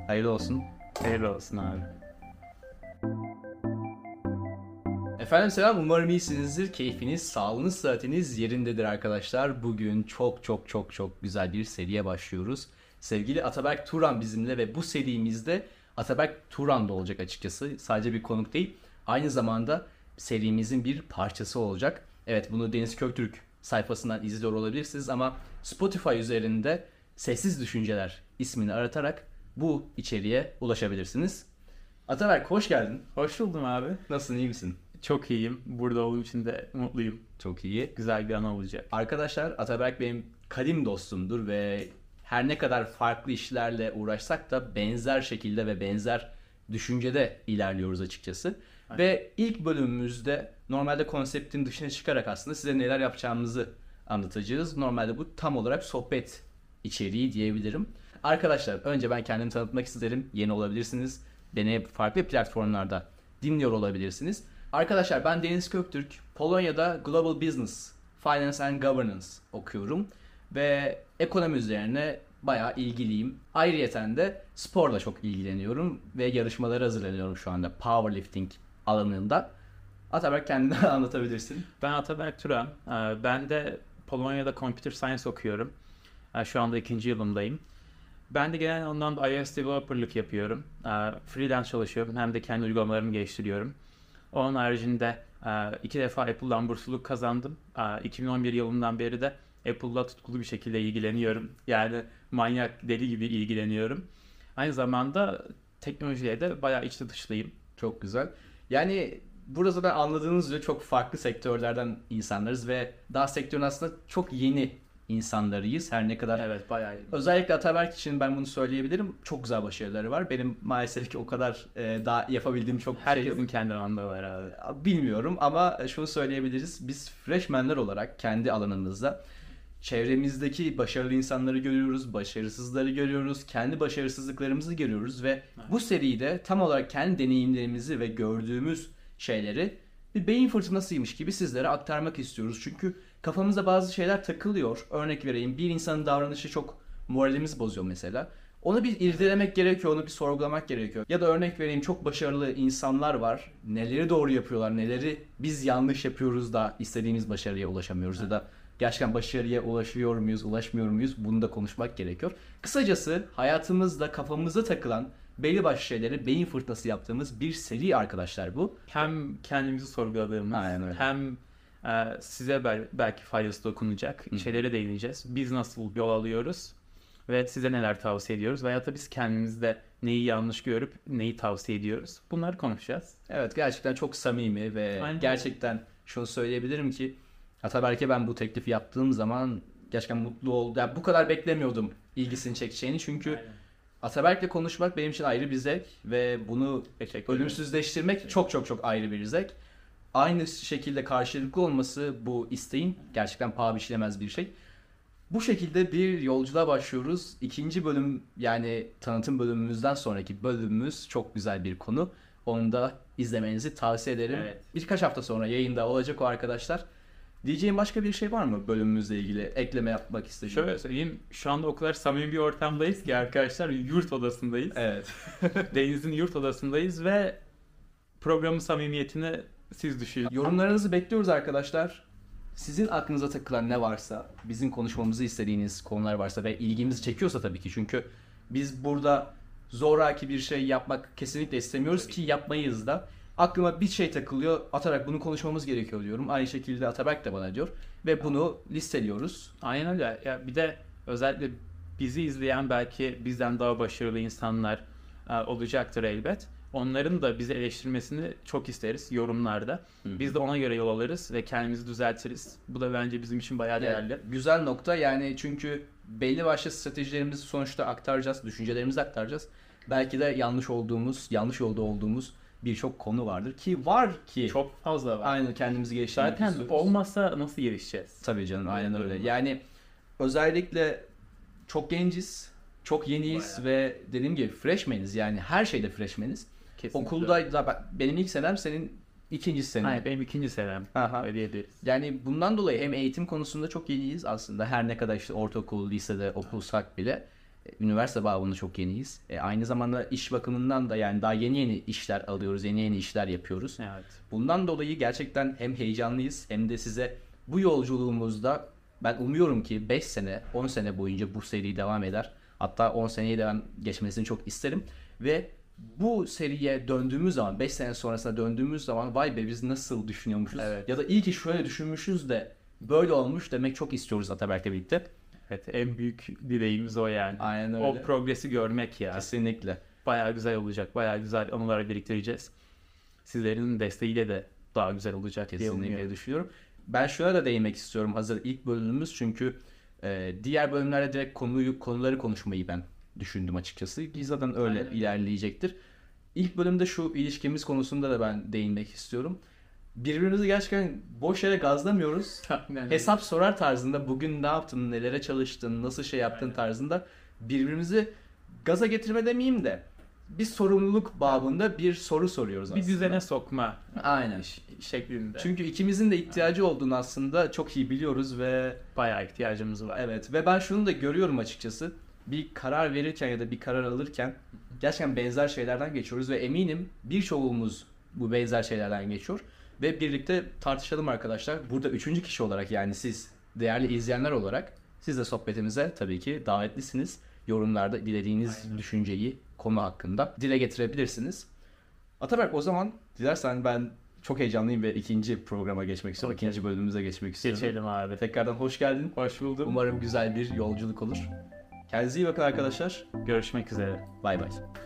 Hayırlı olsun. Hayırlı olsun abi. Efendim selam, umarım iyisinizdir. Keyfiniz, sağlığınız, sıhhatiniz yerindedir arkadaşlar. Bugün çok güzel bir seriye başlıyoruz. Sevgili Ataberk Turan bizimle ve bu serimizde Ataberk Turan da olacak açıkçası. Sadece bir konuk değil, aynı zamanda serimizin bir parçası olacak. Evet, bunu Deniz Köktürk sayfasından izliyor olabilirsiniz ama Spotify üzerinde Sessiz Düşünceler ismini aratarak bu içeriğe ulaşabilirsiniz. Ataberk hoş geldin. Hoş buldum abi. Nasılsın, iyi misin? Çok iyiyim. Burada olduğum için de mutluyum. Çok iyi. Güzel bir an olacak. Arkadaşlar, Ataberk benim kadim dostumdur ve her ne kadar farklı işlerle uğraşsak da benzer şekilde ve benzer düşüncede ilerliyoruz açıkçası. Aynen. Ve ilk bölümümüzde normalde konseptin dışına çıkarak aslında size neler yapacağımızı anlatacağız. Normalde bu tam olarak sohbet içeriği diyebilirim. Arkadaşlar, önce ben kendimi tanıtmak isterim. Yeni olabilirsiniz. Beni farklı platformlarda dinliyor olabilirsiniz. Arkadaşlar, ben Deniz Köktürk. Polonya'da Global Business, Finance and Governance okuyorum. Ve ekonomi üzerine bayağı ilgiliyim. Ayrıyeten de sporla çok ilgileniyorum. Ve yarışmalara hazırlanıyorum şu anda powerlifting alanında. Ataberk, kendini anlatabilirsin. Ben Ataberk Turan. Ben de Polonya'da Computer Science okuyorum. Şu anda 2. yılımdayım. Ben de genel anlamda iOS developerlık yapıyorum. Freelance çalışıyorum. Hem de kendi uygulamalarımı geliştiriyorum. Onun haricinde 2 defa Apple'dan bursluluk kazandım. 2011 yılından beri de Apple'la tutkulu bir şekilde ilgileniyorum. Yani manyak, deli gibi ilgileniyorum. Aynı zamanda teknolojiye de bayağı içli dışlıyım. Çok güzel. Yani burada da anladığınız üzere çok farklı sektörlerden insanlarız ve daha sektörün aslında çok yeni insanlarıyız. Her ne kadar Evet, bayağı. özellikle Ataberk için ben bunu söyleyebilirim. Çok güzel başarıları var. Benim maalesef ki o kadar daha yapabildiğim çok şey Herkesin kendi alanında var abi. bilmiyorum ama şunu söyleyebiliriz. Biz freshmanler olarak kendi alanımızda çevremizdeki başarılı insanları görüyoruz, başarısızları görüyoruz, kendi başarısızlıklarımızı görüyoruz ve bu seride tam olarak kendi deneyimlerimizi ve gördüğümüz şeyleri bir beyin fırtınasıymış gibi sizlere aktarmak istiyoruz. Çünkü kafamızda bazı şeyler takılıyor. Örnek vereyim, bir insanın davranışı çok moralimizi bozuyor mesela. Onu bir irdelemek gerekiyor, onu bir sorgulamak gerekiyor. Ya da örnek vereyim, çok başarılı insanlar var. Neleri doğru yapıyorlar, neleri biz yanlış yapıyoruz da istediğimiz başarıya ulaşamıyoruz ya da gerçekten başarıya ulaşıyor muyuz, ulaşmıyor muyuz? Bunu da konuşmak gerekiyor. Kısacası hayatımızda kafamıza takılan belli başlı şeyleri beyin fırtınası yaptığımız bir seri arkadaşlar bu. Hem kendimizi sorguladığımız, Aynen öyle. hem size belki faydası dokunacak şeylere değineceğiz. Biz nasıl yol alıyoruz ve size neler tavsiye ediyoruz veya da biz kendimizde neyi yanlış görüp neyi tavsiye ediyoruz. Bunları konuşacağız. Evet, gerçekten çok samimi ve Aynen. gerçekten şunu söyleyebilirim ki Ataberk'e ben bu teklifi yaptığım zaman gerçekten mutlu oldum. Yani bu kadar beklemiyordum ilgisini çekeceğini, çünkü Aynen. Ataberk'le konuşmak benim için ayrı bir zevk ve bunu Teşekkür ederim. ölümsüzleştirmek çok ayrı bir zevk. Aynı şekilde karşılıklı olması bu isteğin gerçekten paha biçilemez bir şey. Bu şekilde bir yolculuğa başlıyoruz. İkinci bölüm, yani tanıtım bölümümüzden sonraki bölümümüz çok güzel bir konu. Onu da izlemenizi tavsiye ederim. Evet. Birkaç hafta sonra yayında olacak o arkadaşlar. Diyeceğim başka bir şey var mı bölümümüzle ilgili? Ekleme yapmak istediğin. Şöyle söyleyeyim, şu anda o kadar samimi bir ortamdayız ki arkadaşlar, yurt odasındayız. Evet. Deniz'in yurt odasındayız ve programın samimiyetini siz düşünün. Yorumlarınızı bekliyoruz arkadaşlar. Sizin aklınıza takılan ne varsa, bizim konuşmamızı istediğiniz konular varsa ve ilgimizi çekiyorsa tabii ki. Çünkü biz burada zoraki bir şey yapmak kesinlikle istemiyoruz ki yapmayız da. Aklıma bir şey takılıyor, Ataberk bunu konuşmamız gerekiyor diyorum. Aynı şekilde Ataberk de bana diyor ve bunu listeliyoruz. Aynen öyle. Ya bir de özellikle bizi izleyen belki bizden daha başarılı insanlar olacaktır elbet. Onların da bizi eleştirmesini çok isteriz yorumlarda. Biz de ona göre yol alırız ve kendimizi düzeltiriz. Bu da bence bizim için bayağı değerli. Yani güzel nokta, yani çünkü belli başlı stratejilerimizi sonuçta aktaracağız, düşüncelerimizi aktaracağız. Belki de yanlış yolda olduğumuz birçok konu vardır ki Çok fazla var. aynı kendimizi geliştirmek Zaten istiyoruz. olmasa nasıl gelişeceğiz? Tabii canım, aynen öyle. Var. Yani özellikle çok genciz, çok yeniyiz Bayağı. ve dediğim gibi freshmeniz, yani her şeyde freshmeniz. Kesinlikle. Okulda benim ilk senem, senin ikinci senem. Hayır, benim 2. senem. Aha. Öyle diyebiliriz. Yani bundan dolayı hem eğitim konusunda çok iyiyiz aslında. Her ne kadar işte ortaokul, lisede okursak bile Üniversite babında çok yeniyiz. Aynı zamanda iş bakımından da yani daha yeni işler alıyoruz, yeni işler yapıyoruz. Evet. Bundan dolayı gerçekten hem heyecanlıyız hem de size bu yolculuğumuzda ben umuyorum ki 5 sene, 10 sene boyunca bu seri devam eder. Hatta 10 seneye devam geçmesini çok isterim. Ve bu seriye döndüğümüz zaman, 5 sene sonrasına döndüğümüz zaman vay be biz nasıl düşünüyormuşuz? Evet. Ya da iyi ki şöyle düşünmüşüz de böyle olmuş demek çok istiyoruz Ataberk'le birlikte. Evet, en büyük dileğimiz o yani. Aynen öyle. O progresi görmek ya. Kesinlikle. Bayağı güzel olacak. Bayağı güzel anılar biriktireceğiz. Sizlerin desteğiyle de daha güzel olacak diye Kesinlikle umuyorum. düşünüyorum. Ben şuna da değinmek istiyorum hazır ilk bölümümüz çünkü diğer bölümlerde direkt konuları konuşmayı ben düşündüm açıkçası. Ki zaten öyle Aynen. ilerleyecektir. İlk bölümde şu ilişkimiz konusunda da ben değinmek istiyorum. Birbirimizi gerçekten boş yere gazlamıyoruz. Aynen. Hesap sorar tarzında bugün ne yaptın, nelere çalıştın, nasıl şey yaptın tarzında birbirimizi gaza getirme demeyeyim de bir sorumluluk babında bir soru soruyoruz aslında. Bir düzene sokma Aynen. şeklinde. Çünkü ikimizin de ihtiyacı olduğunu aslında çok iyi biliyoruz ve Bayağı ihtiyacımız var. evet ve ben şunu da görüyorum açıkçası. Bir karar verirken ya da bir karar alırken gerçekten benzer şeylerden geçiyoruz ve eminim birçoğumuz bu benzer şeylerden geçiyor ve birlikte tartışalım arkadaşlar. Burada üçüncü kişi olarak yani siz değerli izleyenler olarak siz de sohbetimize tabii ki davetlisiniz. Yorumlarda dilediğiniz düşünceyi konu hakkında dile getirebilirsiniz. Ataberk o zaman dilersen ben çok heyecanlıyım ve ikinci programa geçmek istiyorum. Okey. İkinci bölümümüze geçmek istiyorum. Geçelim abi. Tekrardan hoş geldin. Hoş buldum. Umarım güzel bir yolculuk olur. Kendinize iyi bakın arkadaşlar. Görüşmek üzere. Bay bay.